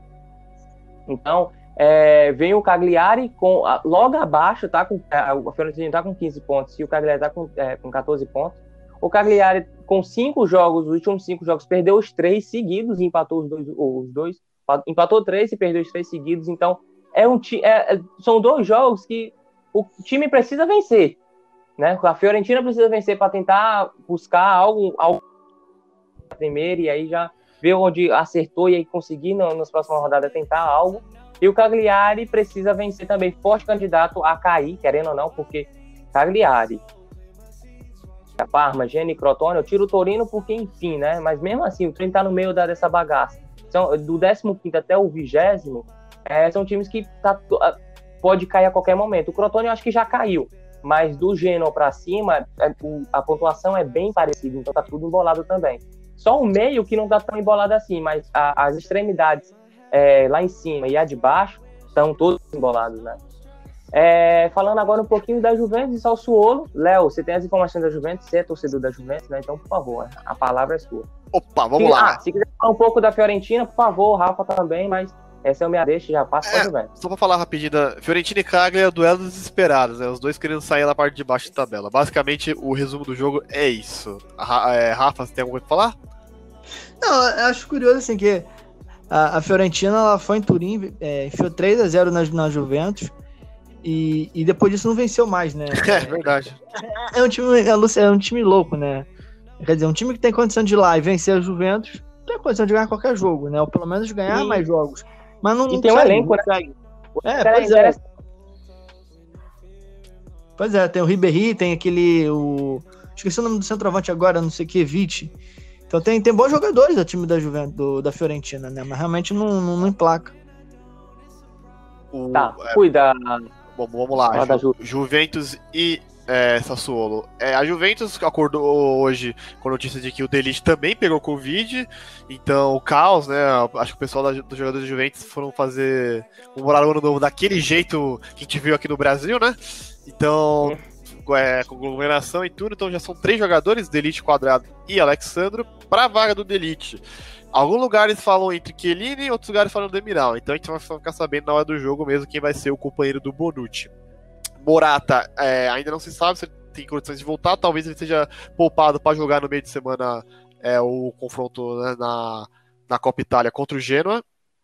Então, é, vem o Cagliari com, logo abaixo, tá com, a Fiorentina está com quinze pontos e o Cagliari está com, é, com catorze pontos. O Cagliari, com cinco jogos, os últimos cinco jogos, perdeu os três seguidos e empatou os dois, os dois. Empatou três e perdeu os três seguidos. Então, é um, é, são dois jogos que o time precisa vencer, né? A Fiorentina precisa vencer para tentar buscar algo, algo primeiro, e aí já ver onde acertou e aí conseguir no, nas próximas rodadas tentar algo. E o Cagliari precisa vencer também, forte candidato a cair, querendo ou não, porque Cagliari, a Parma, Genoa e Crotone, eu tiro o Torino porque, enfim, né? Mas mesmo assim, o Torino tá no meio da, dessa bagaça. São, do décimo quinto até o vigésimo, é, são times que tá, pode cair a qualquer momento. O Crotone eu acho que já caiu, mas do Genoa para cima, é, o, a pontuação é bem parecida, então tá tudo embolado também. Só o meio que não tá tão embolado assim, mas a, as extremidades é, lá em cima e a de baixo estão todos embolados, né? É, falando agora um pouquinho da Juventus e Sassuolo. Léo, você tem as informações da Juventus, você é torcedor da Juventus, né? Então, por favor, a palavra é sua. Opa, vamos se, lá. Ah, se quiser falar um pouco da Fiorentina, por favor, o Rafa também, mas essa é o minha deixa, já passa para a é, Juventus. Só pra falar rapidinho, da Fiorentina e Cagliari é o duelo dos desesperados, né? Os dois querendo sair na parte de baixo da tabela. Basicamente, o resumo do jogo é isso. A, é, Rafa, você tem alguma coisa pra falar? Não, eu acho curioso, assim, que a, a Fiorentina, ela foi em Turim, é, enfiou três a zero na, na Juventus, E, e depois disso não venceu mais, né? É verdade. É, é, um time, é um time louco, né? Quer dizer, um time que tem condição de ir lá e vencer a Juventus tem condição de ganhar qualquer jogo, né? Ou pelo menos ganhar e, mais jogos. Mas não, e não tem um elenco, né? É, pois é. Pois é, tem o Ribéry, tem aquele... O... Esqueci o nome do centroavante agora, não sei o que, Vitti. Então tem, tem bons jogadores do time da Juventus, do, da Fiorentina, né? Mas realmente não, não, não emplaca. O, tá, é... cuida... Bom, vamos lá, Ju, Juventus e é, Sassuolo. É, a Juventus acordou hoje com a notícia de que o De Ligt também pegou Covid, então o caos, né? Acho que o pessoal da, dos jogadores da Juventus foram fazer comemorar o ano novo daquele jeito que a gente viu aqui no Brasil, né? Então, é, com aglomeração e tudo, então já são três jogadores, De Ligt, Quadrado e Alexandro, para a vaga do De Ligt. Alguns lugares falam entre Chiellini, outros lugares falam Demiral. Então a gente vai ficar sabendo na hora do jogo mesmo quem vai ser o companheiro do Bonucci. Morata, é, ainda não se sabe se ele tem condições de voltar. Talvez ele seja poupado para jogar no meio de semana é, o confronto, né, na, na Copa Itália contra o Genoa.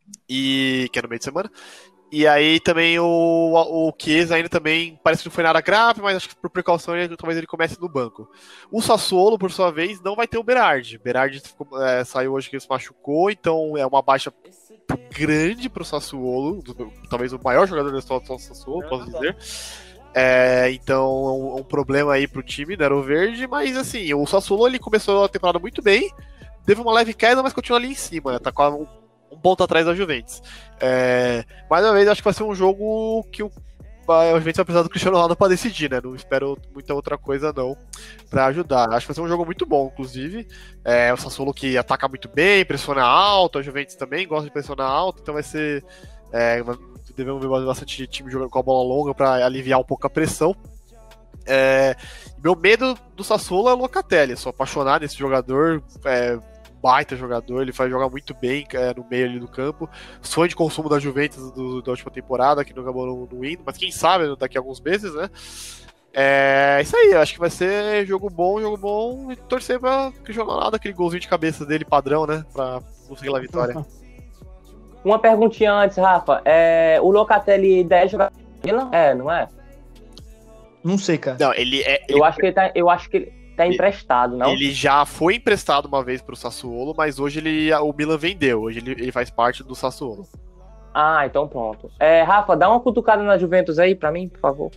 e que é no meio de semana. E aí também o, o Chiesa ainda também parece que não foi nada grave, mas acho que por precaução ele, talvez ele comece no banco. O Sassuolo, por sua vez, não vai ter o Berardi. Berardi ficou, é, saiu hoje que ele se machucou, então é uma baixa grande pro Sassuolo, do, talvez o maior jogador da história do Sassuolo, posso dizer. É, então é um, um problema aí pro time da Aro Verde, mas assim, o Sassuolo ele começou a temporada muito bem, teve uma leve queda, mas continua ali em cima, né? Tá com um, um ponto atrás da Juventus. É, mais uma vez, acho que vai ser um jogo que o, a Juventus vai precisar do Cristiano Ronaldo pra decidir, né? Não espero muita outra coisa não pra ajudar. Acho que vai ser um jogo muito bom, inclusive. É, o Sassuolo que ataca muito bem, pressiona alto, a Juventus também gosta de pressionar alto, então vai ser... É, devemos ver bastante time jogando com a bola longa para aliviar um pouco a pressão. É, meu medo do Sassuolo é o Locatelli. Sou apaixonado nesse jogador, é, baita jogador, ele faz jogar muito bem é, no meio ali do campo. Sonho de consumo da Juventus do, da última temporada, que não acabou no, no indo, mas quem sabe daqui a alguns meses, né? É isso aí, eu acho que vai ser jogo bom, jogo bom, e torcer pra Cristiano Ronaldo, aquele golzinho de cabeça dele padrão, né? Pra conseguir a vitória. Uma perguntinha antes, Rafa. É, o Locatelli deve jogar Milan? É, não é? Não sei, cara. Não, ele é. Ele... Eu acho que ele tá, eu acho que ele tá ele, emprestado, não? Ele já foi emprestado uma vez pro Sassuolo, mas hoje ele, o Milan vendeu. Hoje ele, ele faz parte do Sassuolo. Ah, então pronto. É, Rafa, dá uma cutucada na Juventus aí pra mim, por favor.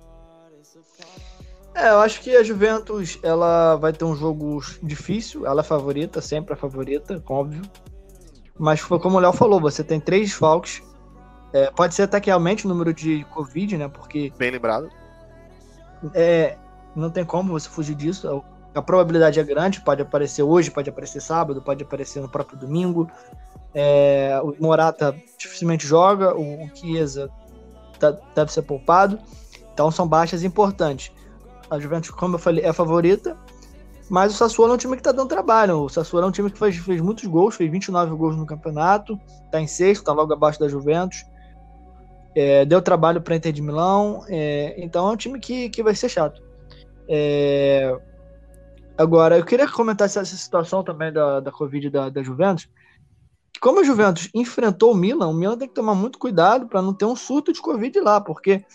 É, eu acho que a Juventus ela vai ter um jogo difícil. Ela é favorita, sempre a favorita, óbvio. Mas foi como o Léo falou, você tem três desfalques. É, pode ser até que aumente o número de Covid, né? Porque bem lembrado. É, não tem como você fugir disso. A probabilidade é grande, pode aparecer hoje, pode aparecer sábado, pode aparecer no próprio domingo. É, o Morata dificilmente joga, o, o Chiesa tá, deve ser poupado. Então são baixas importantes. A Juventus, como eu falei, é a favorita. Mas o Sassuolo é um time que tá dando trabalho. O Sassuolo é um time que fez, fez muitos gols, fez vinte e nove gols no campeonato, tá em sexto, tá logo abaixo da Juventus. É, deu trabalho para Inter de Milão, é, então é um time que, que vai ser chato. É, agora, eu queria comentar essa, essa situação também da, da Covid da, da Juventus. Como a Juventus enfrentou o Milan, o Milan tem que tomar muito cuidado para não ter um surto de Covid lá, porque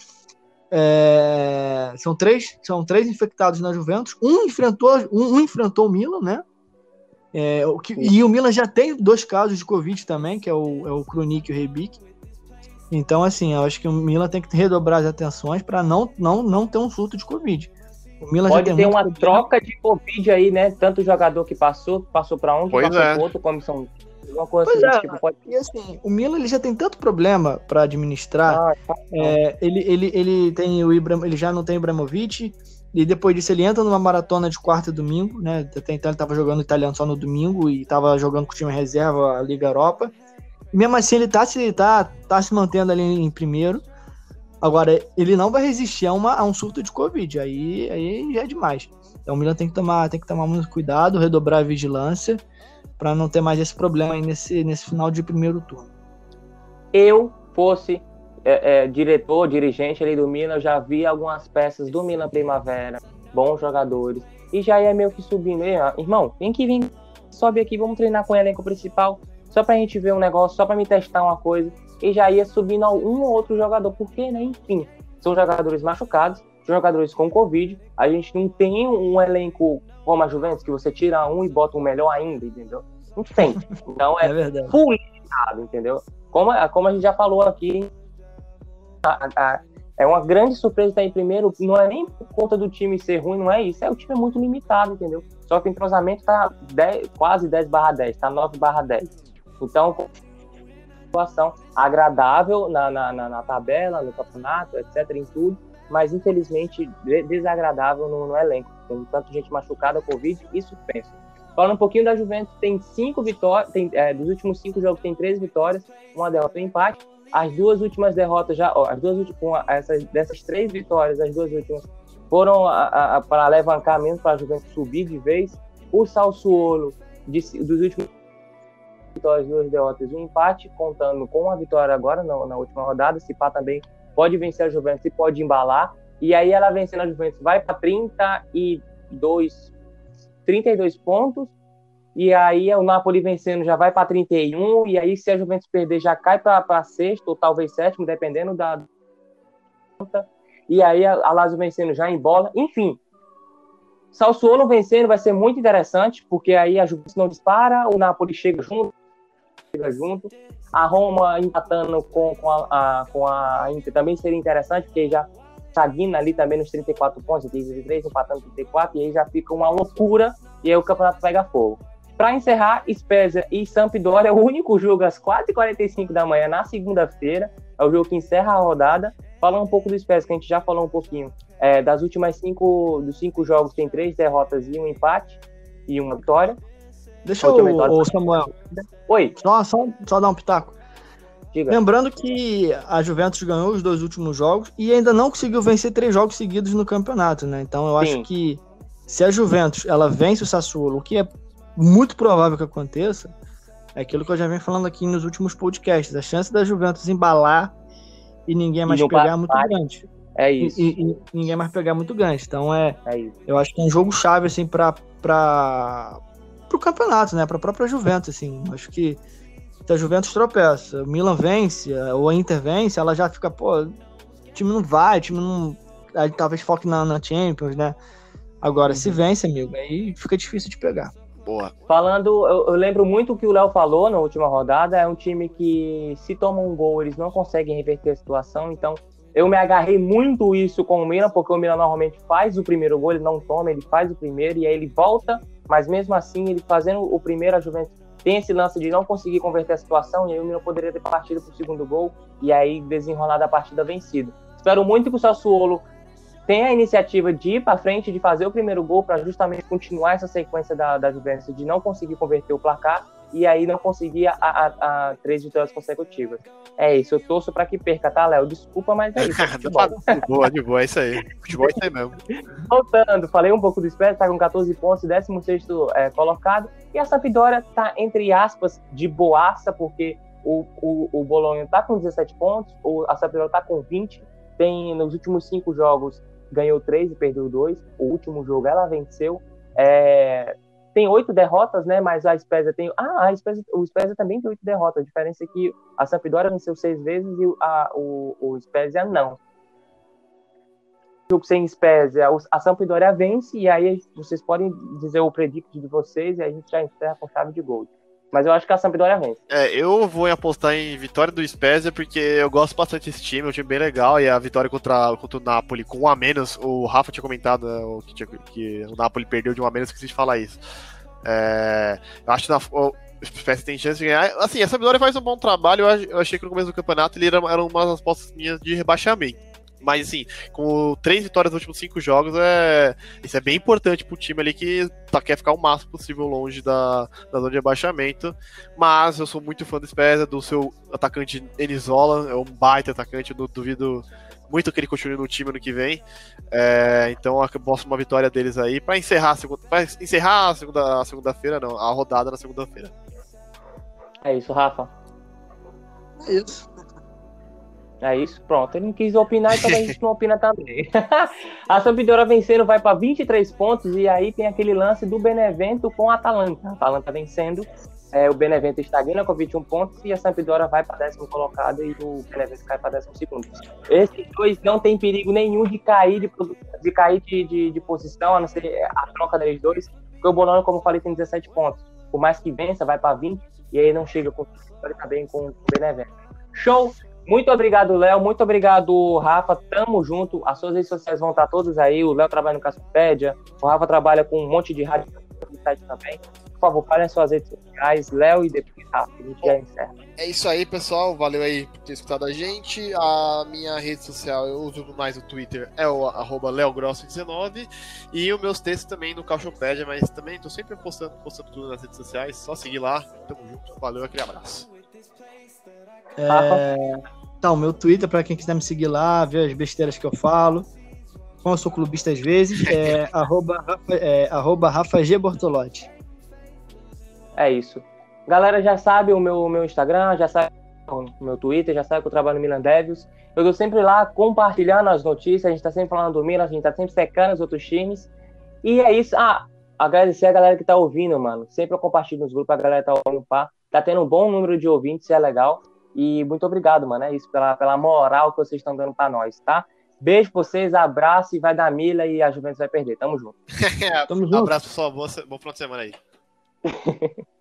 é, são, três, são três infectados na Juventus, um enfrentou, um, um enfrentou o Milan, né? É, o que, e o Milan já tem dois casos de Covid também, que é o, é o Krunic e o Rebic. Então, assim, eu acho que o Milan tem que redobrar as atenções para não, não, não ter um surto de Covid. O Milan Pode já tem ter uma problema. troca de Covid aí, né? Tanto o jogador que passou, passou para um, que pois passou é. para outro, como são uma coisa Pois assim, é, tipo, pode... e assim, o Milan ele já tem tanto problema para administrar. Ah, tá. É, ele, ele, ele, tem o Ibram, ele já não tem o Ibrahimovic, e depois disso ele entra numa maratona de quarta e domingo, né? Até então ele estava jogando italiano só no domingo e estava jogando com o time reserva a Liga Europa. E mesmo assim ele tá se, tá, tá se mantendo ali em primeiro. Agora, ele não vai resistir a, uma, a um surto de Covid, aí, aí já é demais. Então o Milan tem que tomar, tem que tomar muito cuidado, redobrar a vigilância para não ter mais esse problema aí nesse, nesse final de primeiro turno. Eu fosse é, é, diretor, dirigente ali do Milan, eu já vi algumas peças do Milan Primavera, bons jogadores, e já é meio que subindo. Irmão, vem que vem, sobe aqui, vamos treinar com o elenco principal, só pra gente ver um negócio, só pra me testar uma coisa, e já ia subindo um ou outro jogador, porque, né, enfim, são jogadores machucados, jogadores com Covid, a gente não tem um elenco como a Juventus, que você tira um e bota um melhor ainda, entendeu? Não tem. Então é, é full limitado, entendeu? Como, como a gente já falou aqui, a, a, é uma grande surpresa estar em primeiro, não é nem por conta do time ser ruim, não é isso, é o time é muito limitado, entendeu? Só que o entrosamento tá dez, quase dez barra dez, tá nove barra dez. Então, situação agradável na, na, na, na tabela, no campeonato, etcétera, em tudo, mas infelizmente desagradável no, no elenco, com tanta gente machucada, Covid e suspenso. Falando um pouquinho da Juventus, tem cinco vitórias, tem, é, dos últimos cinco jogos tem três vitórias, uma derrota e um empate. As duas últimas derrotas já, ó, as duas últimas, essas, dessas três vitórias, as duas últimas foram para alavancar mesmo, para a Juventus subir de vez. O Sassuolo, de, dos últimos vitórias, duas derrotas e um empate, contando com a vitória agora na, na última rodada. Se pá também pode vencer a Juventus e pode embalar. E aí ela vencendo a Juventus vai para trinta e dois pontos e aí o Napoli vencendo já vai para trinta e um, e aí se a Juventus perder já cai para sexto, ou talvez sétimo, dependendo da... E aí a, a Lazio vencendo já em bola, enfim. Sassuolo vencendo vai ser muito interessante, porque aí a Juventus não dispara, o Napoli chega junto, chega junto. A Roma empatando com, com, a, a, com a Inter também seria interessante, porque já Sagina ali também nos trinta e quatro pontos, trinta e três, empatando trinta e quatro, e aí já fica uma loucura, e aí o campeonato pega fogo. Para encerrar, Spezia e Sampdoria, o único jogo às quatro e quarenta e cinco da manhã na segunda-feira, é o jogo que encerra a rodada. Falar um pouco do Spezia, que a gente já falou um pouquinho. É, das últimas cinco, dos cinco jogos, tem três derrotas e um empate e uma vitória. Deixa eu, ô, Samuel. Oi. Só, só, só dar um pitaco. Diga. Lembrando que a Juventus ganhou os dois últimos jogos e ainda não conseguiu vencer três jogos seguidos no campeonato, né? Então eu Sim. acho que se a Juventus ela vence o Sassuolo, o que é muito provável que aconteça, é aquilo que eu já venho falando aqui nos últimos podcasts. A chance da Juventus embalar e ninguém mais e pegar é muito grande. É isso. E, e, e ninguém mais pegar é muito grande. Então é, é isso. Eu acho que é um jogo chave assim para para o campeonato, né? Para a própria Juventus, assim. Acho que se a Juventus tropeça, o Milan vence, ou a Inter vence, ela já fica, pô, o time não vai, o time não, aí talvez foque na, na Champions, né? Agora, uhum. se vence, amigo, aí fica difícil de pegar. Boa. Falando, eu, eu lembro muito o que o Léo falou na última rodada, é um time que se toma um gol, eles não conseguem reverter a situação, então eu me agarrei muito isso com o Milan, porque o Milan normalmente faz o primeiro gol, ele não toma, ele faz o primeiro, e aí ele volta, mas mesmo assim, ele fazendo o primeiro, a Juventus tem esse lance de não conseguir converter a situação, e aí o Milan poderia ter partido para o segundo gol, e aí desenrolar da partida vencida. Espero muito que o Sassuolo tenha a iniciativa de ir para frente, de fazer o primeiro gol, para justamente continuar essa sequência da, da Juventus, de não conseguir converter o placar, e aí não conseguir a, a, a três vitórias consecutivas. É isso, eu torço para que perca, tá, Léo? Desculpa, mas é isso. É de boa, de boa, é isso aí. Futebol é isso aí mesmo. Voltando, falei um pouco do Spezia, tá com catorze pontos, décimo sexto é, colocado, e a Sampdoria tá, entre aspas, de boaça, porque o, o, o Bologna tá com dezessete pontos, o, a Sampdoria tá com vinte, tem nos últimos cinco jogos, ganhou três e perdeu dois, o último jogo ela venceu, é... tem oito derrotas, né, mas a Spezia tem... Ah, a Spezia, o Spezia também tem oito derrotas, a diferença é que a Sampdoria venceu seis vezes e a, o, o Spezia não. Jogo sem Spezia, a Sampdoria vence, e aí vocês podem dizer o predict de vocês, e aí a gente já encerra com chave de gol. Mas eu acho que a Sampdoria vence. É, eu vou apostar em vitória do Spezia, porque eu gosto bastante desse time, é um time bem legal, e a vitória contra, contra o Napoli com um a menos, o Rafa tinha comentado, né, que, tinha, que o Napoli perdeu de um a menos, esqueci de falar isso. É, eu acho que na, o Spezia tem chance de ganhar. Assim, a Sampdoria faz um bom trabalho, eu achei que no começo do campeonato ele era, era uma das apostas minhas de rebaixamento. Mas assim, com três vitórias nos últimos cinco jogos, é... isso é bem importante pro time ali que tá, quer ficar o máximo possível longe da, da zona de rebaixamento. Mas eu sou muito fã do Spezia, do seu atacante Enizola, é um baita atacante, eu duvido muito que ele continue no time ano que vem. É, então eu aposto uma vitória deles aí pra encerrar a segunda, pra encerrar a segunda, a segunda-feira, não, a rodada na segunda-feira. É isso, Rafa. É isso. É isso, pronto. Ele não quis opinar, então a gente não opina também. A Sampdoria vencendo vai para vinte e três pontos, e aí tem aquele lance do Benevento com a Atalanta. A Atalanta vencendo, é, o Benevento estagna com vinte e um pontos, e a Sampdoria vai para décimo colocado e o Benevento cai para décimo segundo. Esses dois não tem perigo nenhum de cair de, de, cair de, de, de posição, a não ser a troca deles dois, porque o Bologna, como eu falei, tem dezessete pontos. Por mais que vença, vai para vinte, e aí não chega com também com o Benevento. Show! Muito obrigado, Léo. Muito obrigado, Rafa. Tamo junto. As suas redes sociais vão estar todas aí. O Léo trabalha no Caspédia. O Rafa trabalha com um monte de rádio no site também. Por favor, falem as suas redes sociais. Léo e depois Rafa. A gente já encerra. É isso aí, pessoal. Valeu aí por ter escutado a gente. A minha rede social, eu uso mais o Twitter, é o arroba leogrosso dezenove. E os meus textos também no Caixopédia, mas também tô sempre postando, postando tudo nas redes sociais. Só seguir lá. Tamo junto. Valeu, aquele abraço. É... Então, meu Twitter, para quem quiser me seguir lá, ver as besteiras que eu falo. Como eu sou clubista às vezes, é arroba, Rafa, é arroba Rafa G. Bortolotti. É isso. Galera já sabe o meu, meu Instagram, já sabe o meu Twitter, já sabe que eu trabalho no Milan Devils. Eu tô sempre lá compartilhando as notícias, a gente tá sempre falando do Milan, a gente tá sempre secando os outros times. E é isso. Ah, agradecer a galera que tá ouvindo, mano. Sempre eu compartilho nos grupos, a galera tá ouvindo, pá. Tá tendo um bom número de ouvintes, isso é legal. E muito obrigado, mano. É isso, pela, pela moral que vocês estão dando pra nós, tá? Beijo pra vocês, abraço e vai dar milha e a Juventus vai perder. Tamo junto. Tamo junto. Abraço, pessoal. Bom, bom final de semana aí.